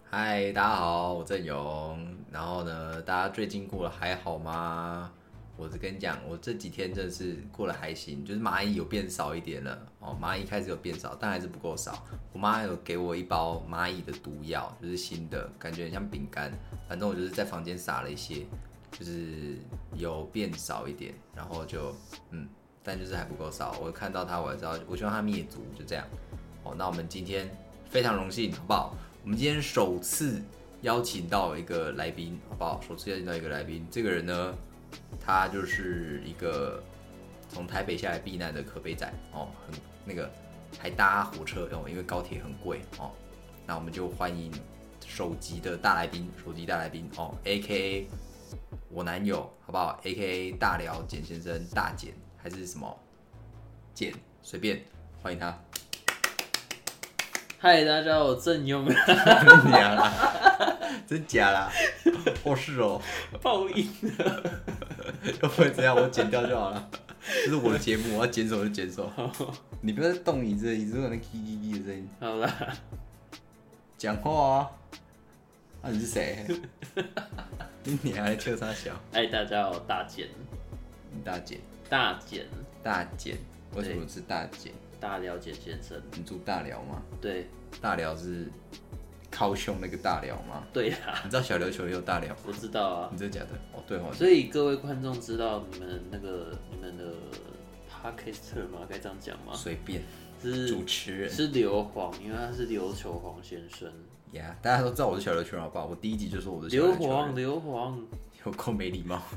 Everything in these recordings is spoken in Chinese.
嗨，大家好，我郑勇。然后呢，大家最近过得还好吗？我是跟你讲，我这几天真的是过得还行，就是蚂蚁有变少一点了哦，蚂蚁开始有变少，但还是不够少。我妈有给我一包蚂蚁的毒药，就是新的，感觉很像饼干。反正我就是在房间撒了一些，就是有变少一点，然后就但就是还不够少。我看到它，我知道，我希望它灭族，就这样。哦，那我们今天非常荣幸，好不好？我们今天首次邀请到一个来宾，好不好？首次邀请到一个来宾，这个人呢，他就是一个从台北下来避难的可悲仔哦，很那个还搭火车哦，因为高铁很贵哦。那我们就欢迎首集的大来宾哦，A.K.A 我男友，好不好？A.K.A 大辽简先生，大简还是什么简，随便欢迎他。 嗨，大家好，我郑勇。 你娘啦，真假啦？哦是哦， 报应了。 要不然怎样？我剪掉就好了。这是我的节目，我要剪什么就剪什么。你不要再动椅子，椅子有那叽叽叽的声音。 好啦， 讲话啊！啊，你是谁？你还笑啥小？ 嗨，大家好，大简， 大简， 大简， 大简，为什么是大简？ 大辽简先生。 你住大寮吗？ 对， 大寮是高雄那个大寮吗？ 对啦， 你知道小琉球也有大寮？ 我知道啊。 你真的假的？哦，对哦。 所以各位观众知道你们的 podcaster 吗？该这样讲吗？ 随便。 是主持人是硫磺，因为他是琉球黄先生。 呀大家都知道我是小琉球人，好不好？我第一集就说我是小琉球人。 硫磺， 有够没礼貌。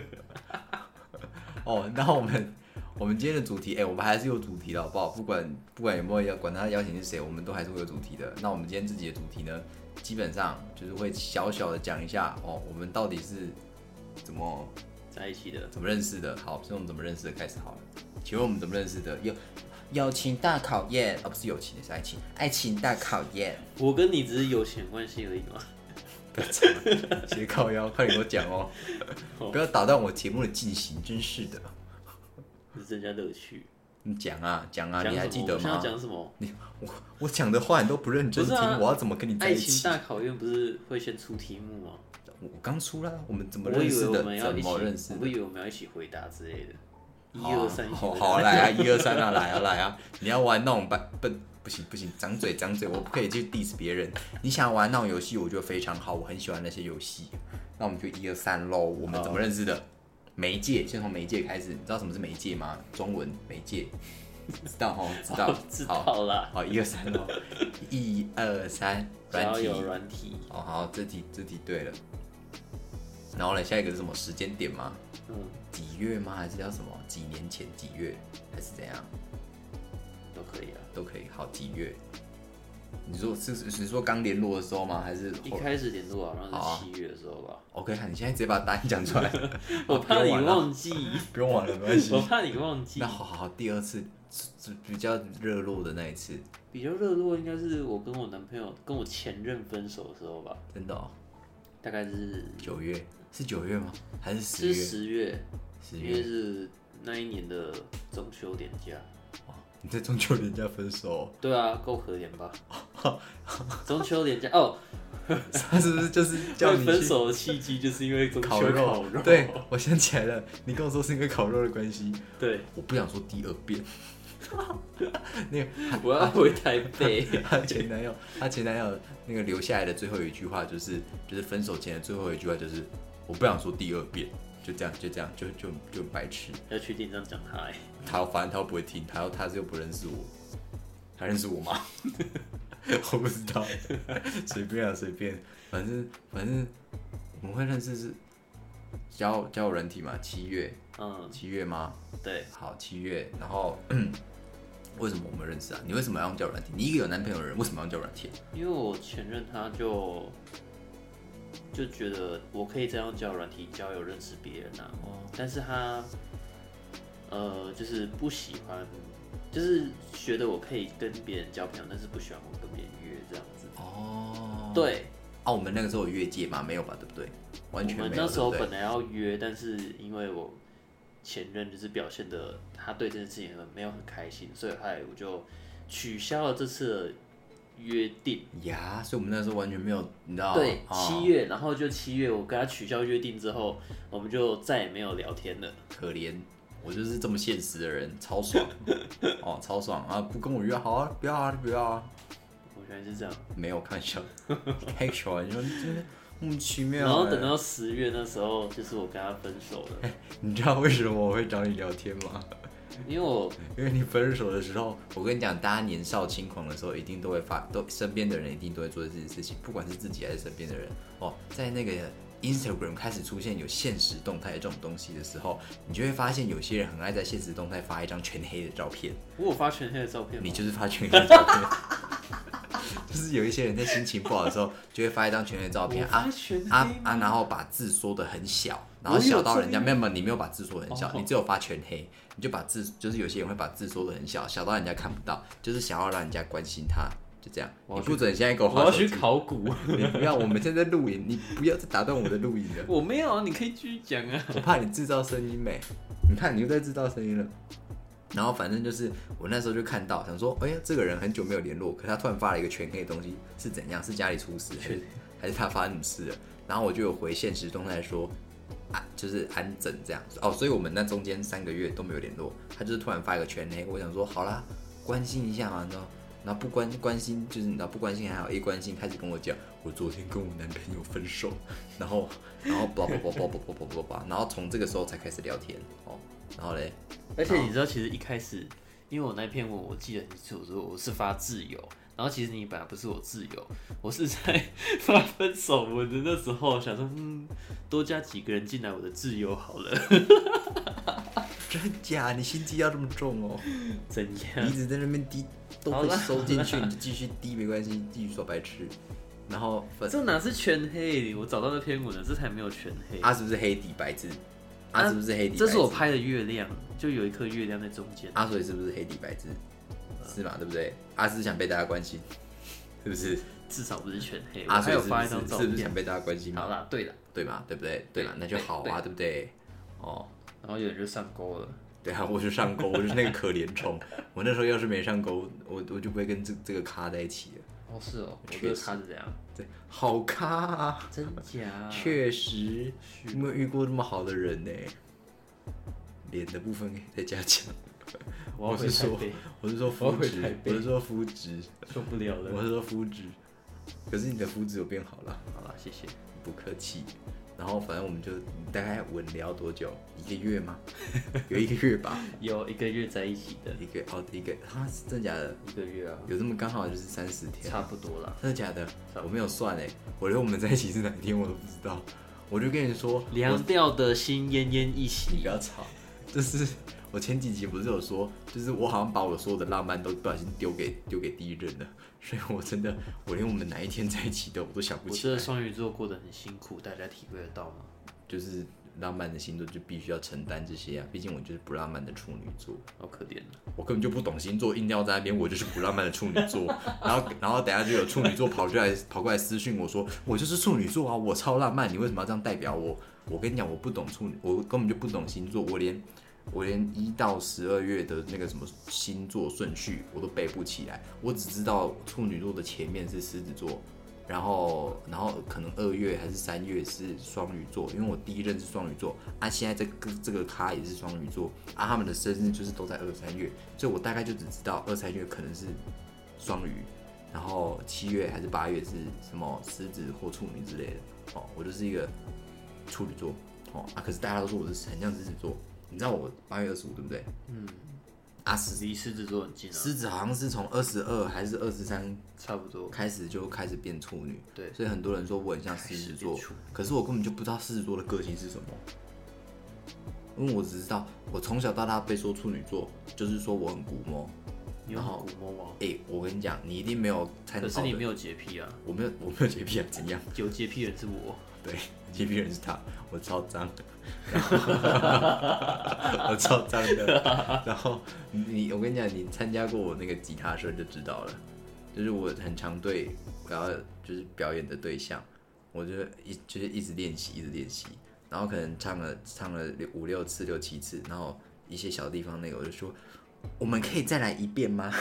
哦，那我们今天的主题，我们还是有主题的，好不好？不管有没有管他邀请是谁，我们都还是会有主题的。那我们今天自己的主题呢，基本上就是会小小的讲一下哦，我们到底是怎么在一起的， 怎么认识的。好，从怎么认识的开始好了。请问我们怎么认识的？友情大考验，不是友情，是爱情，爱情大考验。 我跟你只是有钱关系而已嘛。 不要吵了，斜靠腰，快点给我讲哦！不要打断我节目的进行，真是的。 是增加乐趣。 你讲啊，你还记得吗？ 我现在讲什么？ 我讲的话你都不认真听，我要怎么跟你在一起？ 爱情大考验不是会先出题目吗？ 我刚出来，我们怎么认识的？怎么认识的？ 我以为我们要一起回答之类的。1、2、3， 好来啊！1、2、3啊，来啊！你要玩那种不行，张嘴，我不可以去 diss 别人。你想玩那种游戏，我觉得非常好，我很喜欢那些游戏。那我们就1、2、3喽。我们怎么认识的？媒介，先从媒介开始。你知道什么是媒介吗？中文媒介，知道哈？ 知道啦。 好，1、2、3喽。1、2、3， 软体。 哦，好，这题对了。然后呢，下一个是什么时间点吗？几月吗？还是要什么？几年前几月？还是怎样？ 都可以啊， 都可以。好，几月？你说刚联络的时候吗？还是一开始联络啊？然后是7月的时候吧。 OK， 你现在直接把答案讲出来。 我怕你忘记。 不用玩了，没关系。 我怕你忘记。 那好，第二次比较热络的那一次。 比较热络应该是我跟我男朋友跟我前任分手的时候吧。 真的哦。 大概是 9月，是9月吗？还是10月？ 是10月。 10月。 因为是那一年的中秋连假。 你在中秋连假分手？ 对啊，够可怜吧？中秋连假哦， 他是不是就是叫你分手的契机，就是因为中秋烤肉？ 对，我想起来了，你跟我说是因为烤肉的关系。 对， 我不想说第2遍。那个我要回台北。 她前男友那个留下来的最后一句话就是分手前的最后一句话就是我不想说第2遍。就这样，就白痴。 要确定这样讲他反正他又不会听，他又不认识我，他认识我吗？我不知道，随便，反正我们会认识是交友软体嘛，7月，7月吗？ 对， 好，7月，然后为什么我们认识啊？你为什么要用交友软体？你一个有男朋友的人为什么要用交友软体？ 因为我前任他就觉得我可以这样交友软体交友认识别人啊，但是他就是不喜欢，就是觉得我可以跟别人交朋友，但是不喜欢我跟别人约这样子。对。 我们那个时候有越界吗？没有吧，对不对？完全没有。 我们那时候本来要约，但是因为我前任就是表现的他对这件事情没有很开心，所以后来我就取消了这次的约定。 呀，所以我们那时候完全没有，你知道？ 对哦 ，7月，然后就7月，我跟他取消约定之后，我们就再也没有聊天了。 可怜，我就是这么现实的人，超爽，哦，超爽啊！不跟我约好啊，不要啊，不要啊！ 我原来是这样。 没有开玩笑，开玩笑，你真的莫名其妙。 然后等到10月那时候，就是我跟他分手了。 你知道为什么我会找你聊天吗？ 因为因为你分手的时候，我跟你讲，大家年少轻狂的时候，一定都会身边的人一定都会做这件事情，不管是自己还是身边的人哦，在那个 Instagram 开始出现有限时动态这种东西的时候，你就会发现有些人很爱在限时动态发一张全黑的照片。 我有发全黑的照片吗？ 你就是发全黑的照片。就是有一些人在心情不好的时候，就会发一张全黑的照片然后把字缩得很小，然后小到人家没有，你没有把字缩得很小，你只有发全黑，你就把字，就是有些人会把字缩得很小，小到人家看不到，就是想要让人家关心他，就这样。你不准现在给我我要去考古。 你不要，我们现在录影，你不要再打断我的录影了。 我没有啊，你可以继续讲啊。 我怕你制造声音没？你看你又在制造声音了。然后反正就是我那时候就看到，想说，哎呀，这个人很久没有联络，可他突然发了一个全黑的东西，是怎样？是家里出事，还是他发生什么事了？然后我就有回现实动态说，就是安整这样。哦，所以我们那中间3个月都没有联络，他就是突然发一个全黑，我想说，好啦，关心一下嘛，你知道？然后不关心，就是你知道不关心还好，一关心开始跟我讲，我昨天跟我男朋友分手，然后叭，然后从这个时候才开始聊天哦，然后嘞。 而且你知道，其实一开始，因为我那篇文我记得很清楚，我是发自由，然后其实你本来不是我自由，我是在发分手文的那时候想说，多加几个人进来我的自由好了。 真假？你心机要这么重哦？ 怎样？ 你一直在那边滴，都会收进去，你就继续滴没关系，继续耍白痴。然后这哪是全黑？我找到那篇文了，这才没有全黑。 是不是黑底白字？是不是黑底白字？ 这是我拍的月亮，就有一颗月亮在中间。 所以是不是黑底白字？是嘛？对不对？是想被大家关心，是不是？ 至少不是全黑。 还有发一张照片， 是不是想被大家关心？ 好啦，对了， 对嘛？对不对？对嘛？那就好啊，对不对？哦。 然后有人就上钩了。 对啊，我就上钩，我就是那个可怜虫。我那时候要是没上钩，我就不会跟这个咖在一起了。 哦，是哦，我这个咖是怎样？ 对，好咖啊！ 真假？ 确实，有没有遇过这么好的人呢？脸的部分可以再加强。我是说肤质，我是说肤质， 受不了了。 我是说肤质，可是你的肤质有变好了。 好了，谢谢， 不客气。然后反正我们就大概稳聊多久？1个月吗？有1个月吧。 有1个月在一起的。 一个，真的假的 ？1个月啊。 有这么刚好就是30天？ 差不多啦。 真的假的？我没有算哎，我连我们在一起是哪一天我都不知道。我就跟你说， 凉掉的心奄奄一息。 你不要吵，就是我前几集不是有说，就是我好像把我所有的浪漫都不小心丢给第一任了，所以我连我们哪一天在一起的我都想不起来。 我这双鱼座过得很辛苦，大家体会得到吗？ 就是浪漫的星座就必须要承担这些啊，毕竟我就是不浪漫的处女座。 好可怜啊！ 我根本就不懂星座，硬要在那边我就是不浪漫的处女座，然后等下就有处女座跑过来私讯我说，我就是处女座啊，我超浪漫，你为什么要这样代表我？我跟你讲，我不懂处女，我根本就不懂星座，我连1到12月的那个什么星座顺序我都背不起来，我只知道处女座的前面是狮子座，然后可能2月还是3月是双鱼座，因为我第一任是双鱼座啊，现在这个咖也是双鱼座啊，他们的生日就是都在2、3月，所以我大概就只知道2、3月可能是双鱼，然后7月还是8月是什么狮子或处女之类的哦，我就是一个处女座哦啊，可是大家都说我是很像狮子座。你知道我8月25对不对？ 离狮子座很近啊。 狮子好像是从22还是23， 差不多开始变处女。 对， 所以很多人说我很像狮子座，可是我根本就不知道狮子座的个性是什么，因为我只知道我从小到大被说处女座，就是说我很古摸。 你有古摸吗？ 我跟你讲，你一定没有参考。 可是你没有洁癖啊。 我没有洁癖啊，怎样？ 有洁癖人是我。 对，洁癖人是他，我超脏的，我超脏的。然后我跟你讲，你参加过我那个吉他社就知道了，就是我很常对我要就是表演的对象，我就一直练习，然后可能唱了5、6次、6、7次，然后一些小地方那个我就说，我们可以再来一遍吗？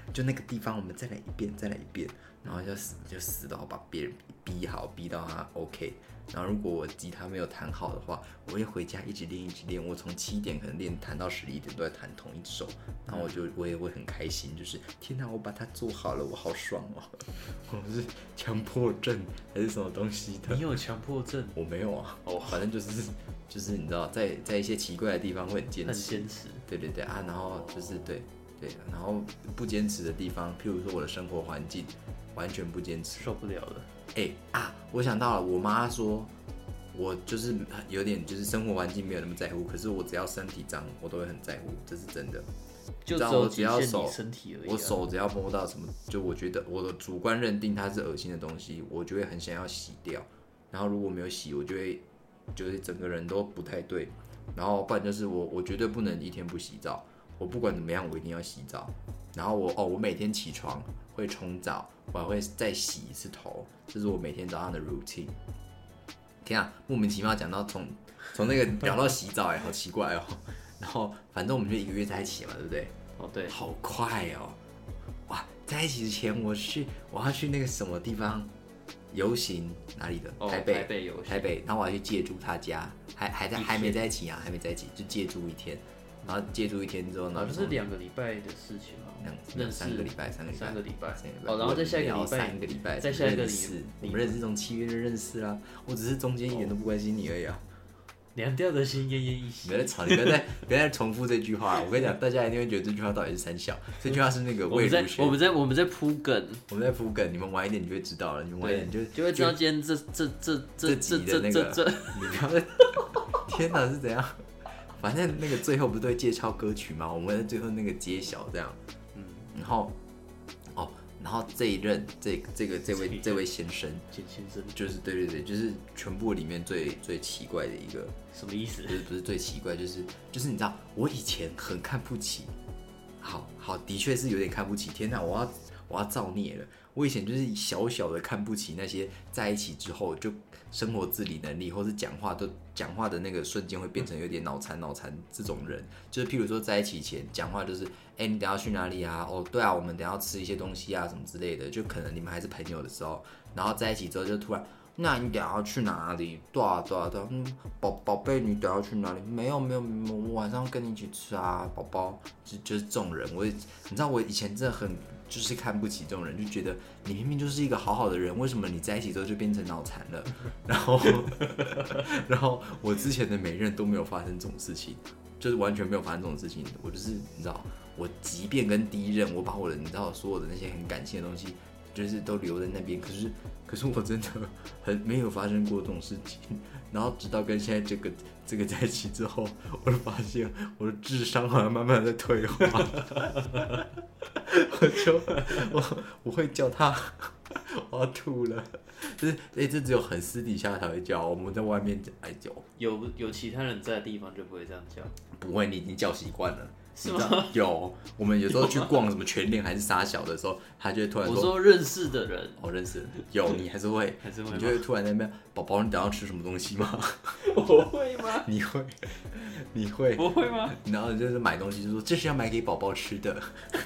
就那个地方我们再来一遍，再来一遍，然后就死到把别人逼好，逼到他 OK。然后如果我吉他没有弹好的话，我会回家一直练，一直练。我从7点可能弹到11点都在弹同一首，然后我也会很开心，就是天哪，我把它做好了，我好爽哦！我是强迫症还是什么东西的？ 你有强迫症？ 我没有啊，反正就是你知道，在一些奇怪的地方会很坚持， 很坚持。 对啊，然后就是对，然后不坚持的地方，譬如说我的生活环境完全不坚持， 受不了了。 我想到了，我妈说，我就是有点就是生活环境没有那么在乎，可是我只要身体脏，我都会很在乎，这是真的。 就只有你身体而已。 我手只要摸到什么，就我觉得我的主观认定它是恶心的东西，我就会很想要洗掉。然后如果没有洗，我就会就是整个人都不太对。然后不然就是我绝对不能一天不洗澡，我不管怎么样，我一定要洗澡。然后我每天起床会冲澡，我还会再洗一次头，这是我每天早上的 routine。天啊，莫名其妙讲到从那个聊到洗澡，好奇怪哦。然后反正我们就1个月在一起嘛，对不对？ 对。 好快哦！哇，在一起之前我要去那个什么地方游行，哪里的？台北游行。 台北，然后我要去借住他家，还没在一起啊，还没在一起，就借住1天。然后借住1天之后， 好像是2个礼拜的事情哦。 3个礼拜。 然后再下一个礼拜 3个礼拜， 再下一个礼拜， 我们认识从7月就认识啦。我只是中间一点都不关心你而已啊。 凉掉的心奄奄一息。 不要再吵，你不要再重复这句话。我跟你讲，大家一定会觉得这句话到底是三小。这句话是那个魏如萱。 我们在铺梗， 你们晚一点你就会知道了。你们晚一点就会知道今天这集的那个。你不要再，天哪是怎样？反正那个最后不是都会介绍歌曲吗？我们在最后那个揭晓这样。然后这一任这位先生，就是对，就是全部里面最奇怪的一个。 什么意思？ 不是最奇怪，就是你知道，我以前很看不起，好，的确是有点看不起。天哪，我要造孽了！我以前就是小小的看不起那些在一起之后就生活自理能力，或是讲话的那个瞬间会变成有点脑残这种人。就是譬如说在一起前讲话就是你等一下去哪里啊？哦，对啊，我们等一下要吃一些东西啊，什么之类的。就可能你们还是朋友的时候，然后在一起之后就突然，那你等一下要去哪里？对啊，宝贝，你等一下要去哪里？没有，我晚上跟你一起吃啊，宝宝。就是这种人，你知道我以前真的很就是看不起这种人，就觉得你明明就是一个好好的人，为什么你在一起之后就变成脑残了？然后我之前的每任都没有发生这种事情，就是完全没有发生这种事情。我就是你知道，我即便跟第一任，我把我的你知道所有的那些很感性的东西，就是都留在那边，可是我真的很没有发生过这种事情。然后直到跟现在这个在一起之后，我就发现我的智商好像慢慢在退化。我会叫他，我要吐了。就是这只有很私底下才会叫，我们在外面爱叫。 有其他人在的地方就不会这样叫。 不会，你已经叫习惯了。 是吗？ 有，我们有时候去逛什么全联还是沙小的时候，他就会突然说：“ 我说认识的人。” 认识有，你还是会，你就会突然在那边，宝宝，你等一下吃什么东西吗？ 我会吗？ 你会？ 我会吗？ 然后就是买东西，就说这是要买给宝宝吃的，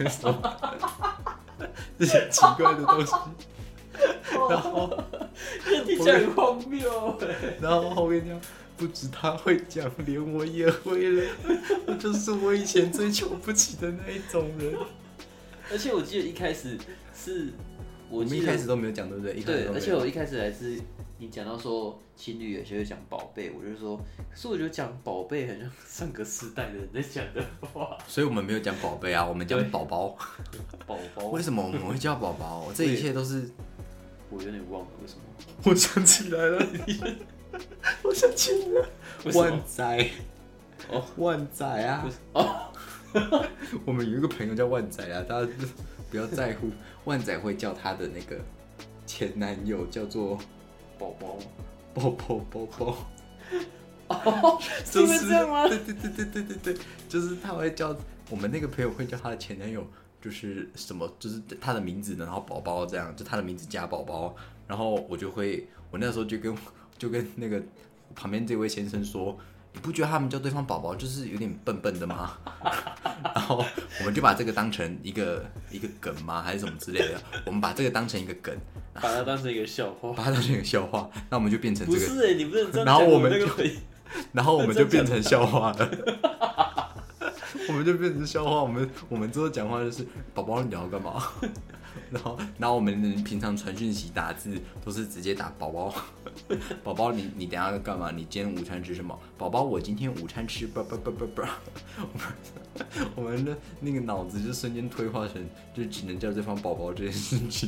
这些奇怪的东西。然后听起来很荒谬。 然后我跟你讲，不止他会讲，连我也会了。我就是我以前最瞧不起的那一种人。 而且我记得一开始是我们一开始都没有讲，对不对？ 对，而且我一开始还是你讲到说情侣有些会讲宝贝，我就说，可是我觉得讲宝贝很像上个时代的人在讲的话。 所以我们没有讲宝贝啊，我们讲宝宝。 宝宝。 为什么我们会叫宝宝？这一切都是我有点忘了为什么。 我想起来了，我想起来了，万仔。万仔啊！我们有一个朋友叫万仔啊，大家不要在乎。万仔会叫他的那个前男友叫做宝宝。 是不是这样吗？ 对，就是他会叫我们那个朋友会叫他的前男友，就是什么，就是他的名字呢，然后宝宝这样，就他的名字加宝宝，然后我那时候就跟那个旁边这位先生说， 你不觉得他们叫对方宝宝就是有点笨笨的吗？然后我们就把这个当成一个梗吗？还是什么之类的？我们把这个当成一个梗， 把它当成一个笑话， 把它当成一个笑话，那我们就变成这个。 不是你不能这样讲。 然后我们就那个然后我们就变成笑话了。我们就变成笑话，我们之后讲话就是宝宝你要干嘛？然后我们平常传讯息打字都是直接打宝宝，宝宝你等一下要干嘛？你今天午餐吃什么？宝宝我今天午餐吃不，我们的那个脑子就瞬间退化成就只能叫对方宝宝这件事情。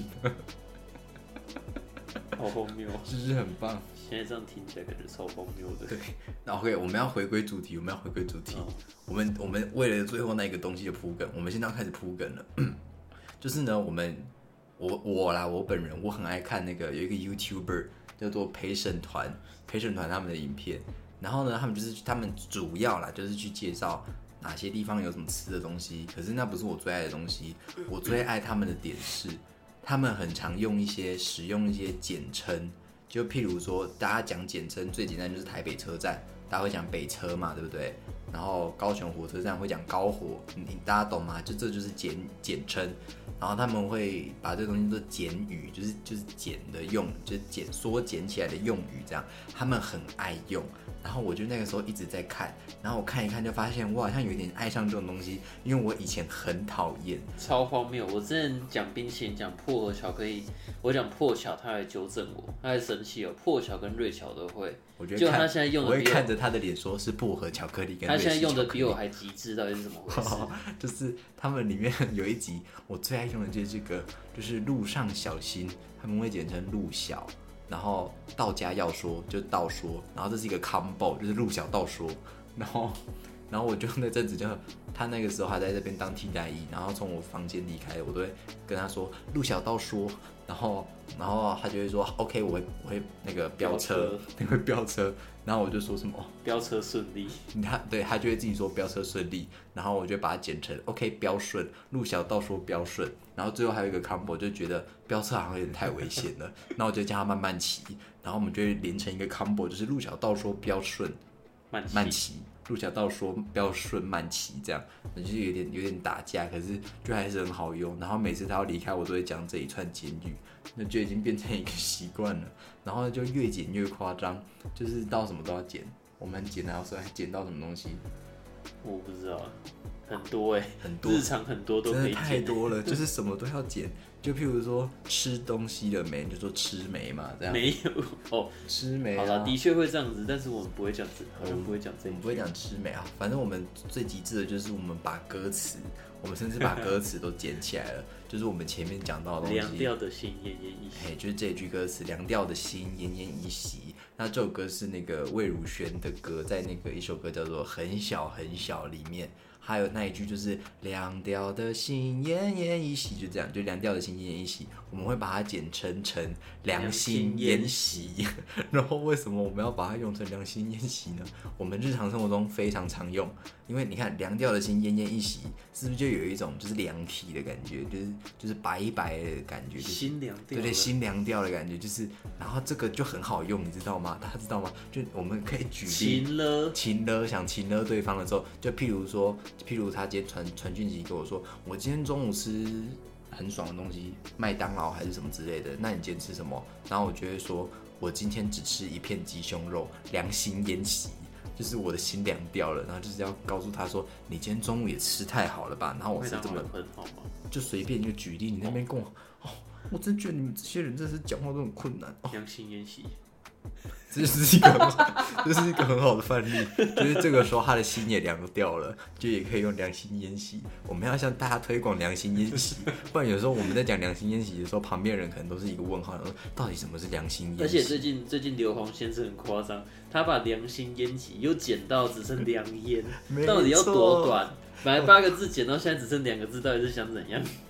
好荒谬， 是不是很棒？ 现在这样听起来感觉超荒谬的。 对，那 OK， 我们要回归主题，我们为了最后那个东西的铺梗，我们现在要开始铺梗了。就是呢，我本人我很爱看那个有一个 YouTuber 叫做陪审团他们的影片，然后呢，他们主要啦就是去介绍哪些地方有什么吃的东西，可是那不是我最爱的东西，我最爱他们的点是，他们很常使用一些简称。就譬如说，大家讲简称最简单就是台北车站，大家会讲北车嘛，对不对？然后高雄火车站会讲高火，大家懂吗？这就是简称。然后他们会把这个东西都简语，就是简的用，就是缩减起来的用语，这样他们很爱用。然后我就那个时候一直在看，然后我看一看就发现我好像有点爱上这种东西，因为我以前很讨厌， 超荒谬。我之前讲冰淇淋讲薄荷巧克力，我讲破巧，他来纠正我，他还生气哦。破巧跟瑞巧都会， 我觉得就他现在用的， 我会看着他的脸说是薄荷巧克力跟瑞士巧克力， 他现在用的比我还极致，到底是怎么回事？ 就是他们里面有一集我最爱用的就是这个，就是路上小心，他们会简称路小。然后道家要说就道说，然后这是一个 combo， 就是路小道说，然后我就那阵子就他那个时候还在这边当替代役，然后从我房间离开，我都会跟他说路小道说，然后他就会说 OK， 我会那个飙车，然后我就说什么飙车顺利， 他就会自己说飙车顺利，然后我就把它简成 OK 飙顺，路小道说飙顺，然后最后还有一个 combo 就觉得飙车好像有点太危险了，那我就叫他慢慢骑，然后我们就会连成一个 combo， 就是路小道说飙顺慢骑，路小道说飙顺慢骑，这样就是有点打架，可是就还是很好用。然后每次他要离开，我都会讲这一串简语，那就已经变成一个习惯了。然后就越剪越夸张，就是到什么都要剪。我们剪到时候还剪到什么东西？ 我不知道，很多很多， 日常很多都可以剪， 真的太多了，就是什么都要剪。就譬如说吃东西了没，就说吃没嘛，这样没有哦， 吃没、啊。 好了，的确会这样子，但是我们不会讲这，好像不会讲这， 我们不会讲吃没啊。反正我们最极致的就是我们把歌词，我们甚至把歌词都剪起来了，就是我们前面讲到的东西。 凉调的心奄奄一息， 就是这句歌词，凉调的心奄奄一息。那这首歌是那个魏如萱的歌，在那个一首歌叫做《很小很小》里面。还有那一句就是凉调的心奄奄一息，就这样，就凉调的心奄奄一息，我们会把它简称成良心宴席。然后为什么我们要把它用成良心宴席呢？我们日常生活中非常常用，因为你看凉调的心奄奄一息，是不是就有一种就是凉体的感觉，就是白白的感觉，就是心凉调， 对，心凉调的感觉，就是然后这个就很好用，你知道吗？大家知道吗？就我们可以举例，想亲了对方的时候，就譬如他今天传讯息给我说，我今天中午吃很爽的东西，麦当劳还是什么之类的，那你今天吃什么？然后我就会说，我今天只吃一片鸡胸肉，良心宴席，就是我的心凉掉了，然后就是要告诉他说，你今天中午也吃太好了吧？然后我是这么很好吗？ 就随便一个举例，你那边跟我我真觉得你们这些人真是讲话都很困难。 良心宴席。 这是一个很好的范例，就是这个时候他的心也凉掉了，就也可以用良心宴席。我们要向大家推广良心宴席，不然有时候我们在讲良心宴席的时候，旁边人可能都是一个问号，到底什么是良心宴席？ 而且最近硫磺先生很夸张，他把良心宴席又剪到只剩良烟，到底要多短？本来8个字剪到现在只剩2个字，到底是想怎样？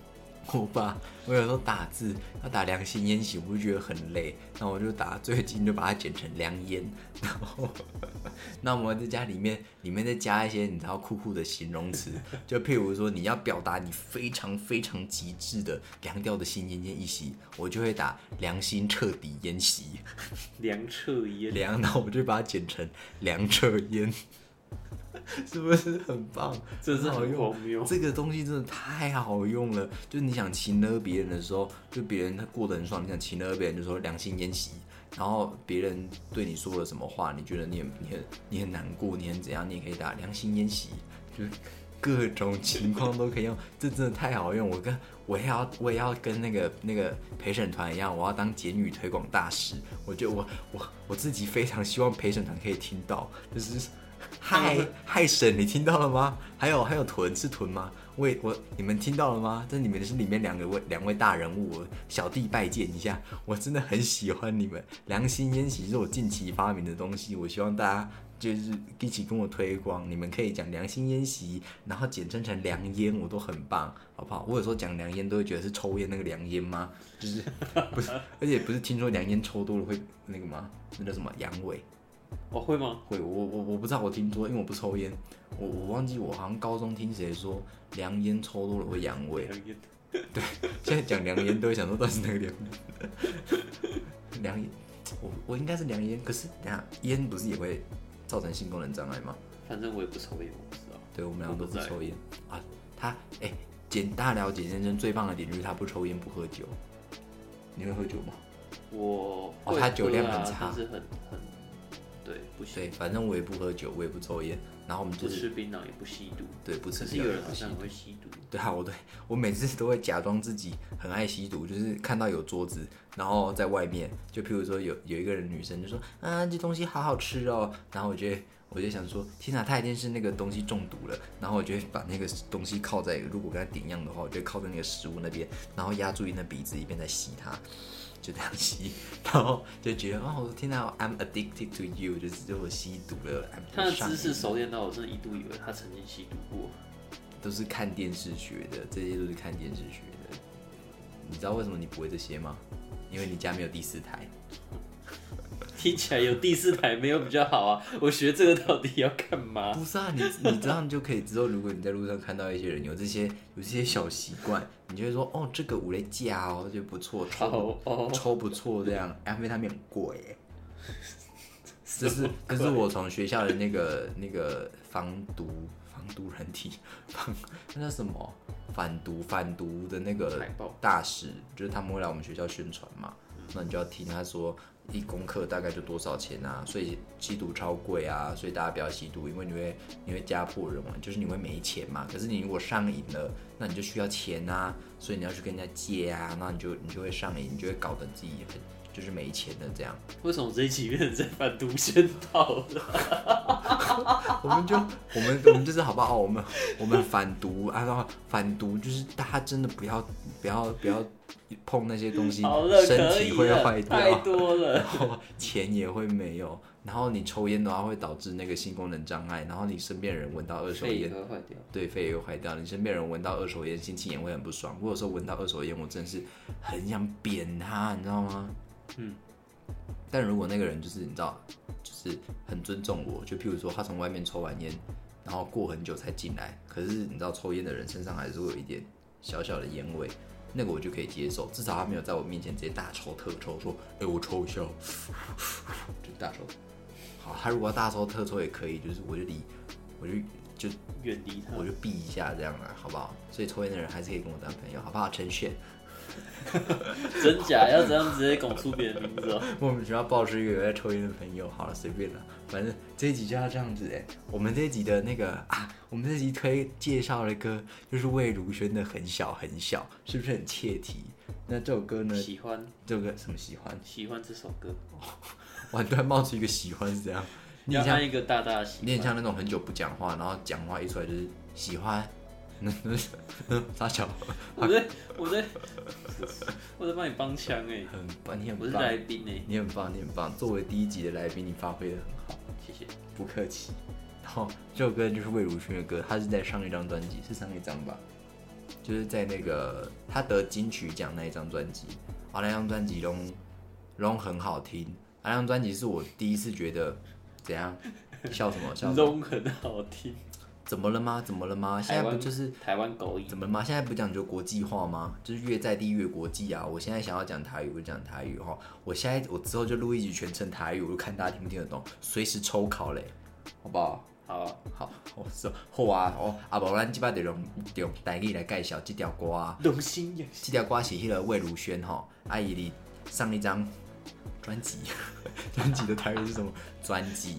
我有时候打字要打良心烟洗，我就觉得很累，那我就最近就把它剪成良烟，然后那我们在家里面再加一些你知道酷的形容词，就譬如说你要表达你非常非常极致的凉掉的新烟一洗，我就会打良心彻底烟洗， 凉彻烟， 然后我就把它剪成凉彻烟。是不是很棒？ 真是很荒谬。 这个东西真的太好用了，就是你想亲了别人的时候，就别人过得很爽，你想亲了别人就说良心烟洗，然后别人对你说了什么话，你觉得你很难过，你很怎样，你也可以打良心烟洗，就是各种情况都可以用，这真的太好用。我也要跟那个陪审团一样，我要当简语推广大使。我觉得我自己非常希望陪审团可以听到，就是。嗨婶，你听到了吗？还有屯是屯吗？你们听到了吗？这里面两位大人物，小弟拜见一下。我真的很喜欢你们。良心烟洗是我近期发明的东西，我希望大家就是一起跟我推广。你们可以讲良心烟洗，然后简称成良烟，我都很棒，好不好？我有时候讲良烟都会觉得是抽烟那个良烟吗？就是不是，而且不是听说良烟抽多了会那个吗？那叫什么阳痿？ 哦，会吗？ 会，我不知道，我听说，因为我不抽烟，我忘记我好像高中听谁说凉烟抽多了会阳痿。对，现在讲凉烟都会想说到底是哪个凉烟？凉烟，我应该是凉烟，可是等下烟不是也会造成性功能障碍吗？ 反正我也不抽烟，我不知道。 对，我们两个都不抽烟啊。他大了解先生最棒的点就是他不抽烟不喝酒。你会喝酒吗？ 我会他酒量很差， 但是很对，不行。 对，反正我也不喝酒，我也不抽烟，然后我们就是不吃槟榔也不吸毒。 对，不吃槟榔。 可是有人好像会吸毒。 对啊，我每次都会假装自己很爱吸毒，就是看到有桌子，然后在外面，就譬如说有一个人女生就说啊，这东西好好吃哦，然后我就想说，天哪，他一定是那个东西中毒了，然后我就会把那个东西靠在，如果跟他点一样的话，我就会靠在那个食物那边，然后压住那鼻子，一边在吸它。就这样吸，然后就觉得哦，天哪 ，I'm addicted to you， 就是我吸毒了。 他的姿势熟练到我真的一度以为他曾经吸毒过。 都是看电视学的，这些都是看电视学的。你知道为什么你不会这些吗？因为你家没有第4台。 听起来有第4台没有比较好啊！我学这个到底要干嘛？ 不是啊，你这样就可以之后，如果你在路上看到一些人有这些小习惯，你就会说哦，这个五雷架哦，就不错，抽不错这样，安非他命很贵耶。这是我从学校的那个防毒软体，那叫什么反毒的那个大使，就是他们会来我们学校宣传嘛，那你就要听他说。1公克大概就多少钱啊？所以吸毒超贵啊！所以大家不要吸毒，因为你会家破人亡，就是你会没钱嘛。可是你如果上瘾了，那你就需要钱啊，所以你要去跟人家借啊，那你就会上瘾，你就会搞得自己就是没钱的这样。 为什么这一期变成在反毒宣导了？ 我们就是好不好？我们反毒啊，然后反毒就是大家真的不要碰那些东西，身体会坏掉， 太多了， 然后钱也会没有，然后你抽烟的话会导致那个性功能障碍，然后你身边人闻到二手烟， 肺也会坏掉， 对，肺也会坏掉。你身边人闻到二手烟，心情也会很不爽。我有时候闻到二手烟，我真的是很想扁他，你知道吗？但如果那个人就是你知道，就是很尊重我，就譬如说他从外面抽完烟，然后过很久才进来，可是你知道抽烟的人身上还是会有一点小小的烟味。那个我就可以接受，至少他没有在我面前直接大抽特抽，说，我抽一下，就大抽。好，他如果要大抽特抽也可以，就是我就远离他， 我就避一下这样啦，好不好？所以抽烟的人还是可以跟我当朋友，好不好？陈炫， 真假要这样直接拱出别人名字哦？ 我们学校爆出一个有在抽烟的朋友，好了，随便了，反正这一集就要这样子我们这一集的那个我们这集介绍的歌就是魏如萱的《很小很小》，是不是很切题？那这首歌呢？ 喜欢这首歌什么喜欢？ 喜欢这首歌。 哇，突然冒出一个喜欢是这样？ 你像一个大大的喜欢， 你很像那种很久不讲话，然后讲话一出来就是喜欢。傻小， 我在帮你帮腔你很棒，我是来宾你很棒，作为第1集的来宾，你发挥得很好， 谢谢， 不客气。然后这首歌就是魏如萱的歌，它是在上一张专辑，是上一张吧？ 就是在那个他得金曲奖那一张专辑，那张专辑拢很好听，那张专辑是我第一次觉得怎样笑什么笑什么， 拢很好听。 怎么了吗？怎么了吗？现在不就是台湾狗语？ 怎么了吗？现在不讲究国际化吗？就是越在地越国际啊！我现在想要讲台语，我就讲台语哈。我之后就录一集全程台语，我就看大家听不听得懂，随时抽考嘞，好不好？ 好啊， 好，好啊！无咱即摆就用台语来介绍这条歌啊。 龙心养这条歌是迄个魏如萱吼，伊哩上一张专辑，专辑的台语是什么？专辑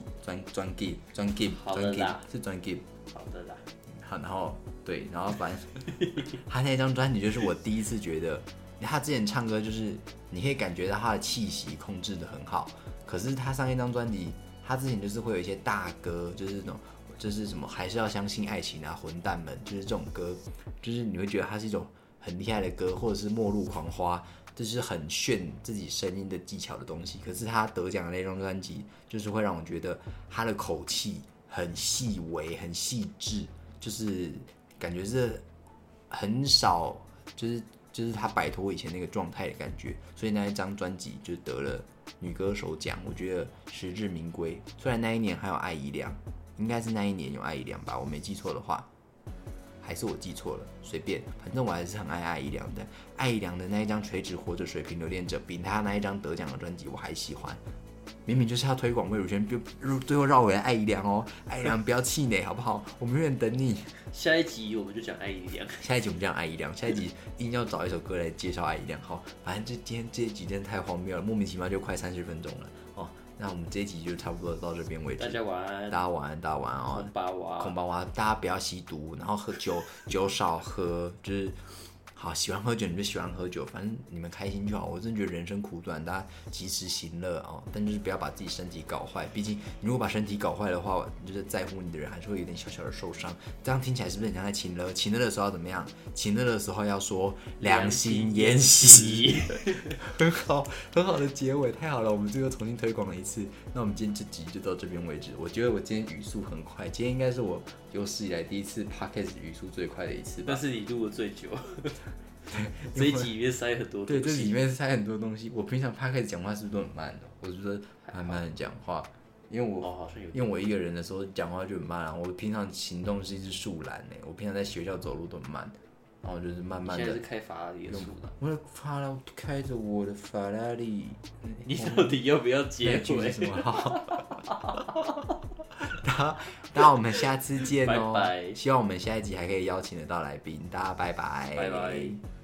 是专辑。 好的啦。 好，然后对，然后反正他那张专辑就是我第一次觉得，他之前唱歌就是你可以感觉到他的气息控制得很好，可是他上一张专辑，他之前就是会有一些大歌，就是那种就是什么还是要相信爱情啊，混蛋们，就是这种歌，就是你会觉得它是一种很厉害的歌，或者是末路狂花，就是很炫自己声音的技巧的东西。可是他得奖的那张专辑，就是会让我觉得他的口气很细微、很细致，就是感觉是很少，就是他摆脱以前那个状态的感觉。所以那一张专辑就得了女歌手奖，我觉得实至名归。虽然那一年还有艾怡良，应该是那一年有艾怡良吧，我没记错的话。还是我记错了，随便，反正我还是很爱艾怡良的。艾怡良的那一张《垂直活着水平留恋者》比他那一张得奖的专辑我还喜欢。明明就是要推广魏如萱，最后绕回来艾怡良哦，艾怡良不要气馁好不好？我们永远等你。 下一集我们就讲艾怡良， 下一集我们讲艾怡良，下一集硬要找一首歌来介绍艾怡良。好，反正今天这一集真的太荒谬了，莫名其妙就快30分钟了哦。那我们这一集就差不多到这边为止。 大家晚安， 大家晚安，大家晚安哦。空巴哇，大家不要吸毒，然后喝酒少喝，就是好喜欢喝酒你们就喜欢喝酒，反正你们开心就好。我真的觉得人生苦短，大家及时行乐哦，但就是不要把自己身体搞坏。毕竟你如果把身体搞坏的话，就是在乎你的人还是会有点小小的受伤。这样听起来是不是很像在情勒？情勒的时候要怎么样？情勒的时候要说良心研习，很好的结尾，太好了！我们这个重新推广了一次。那我们今天这集就到这边为止。我觉得我今天语速很快，今天应该是我有史以来第一次 podcast 语速最快的一次吧。 但是你录的最久。这一集里面塞很多东西。 对，这里面塞很多东西。我平常 podcast 讲话是不是都很慢的？我是说慢慢的讲话，因为我一个人的时候讲话就很慢啊。我平常行动是一只树懒欸，我平常在学校走路都很慢，然后就是慢慢的。 现在是开法拉利的树懒。 我开着我的法拉利。 你到底要不要结尾？ 什么好？那我们下次见哦！ 拜拜。 希望我们下一集还可以邀请得到来宾，大家拜拜。 拜拜。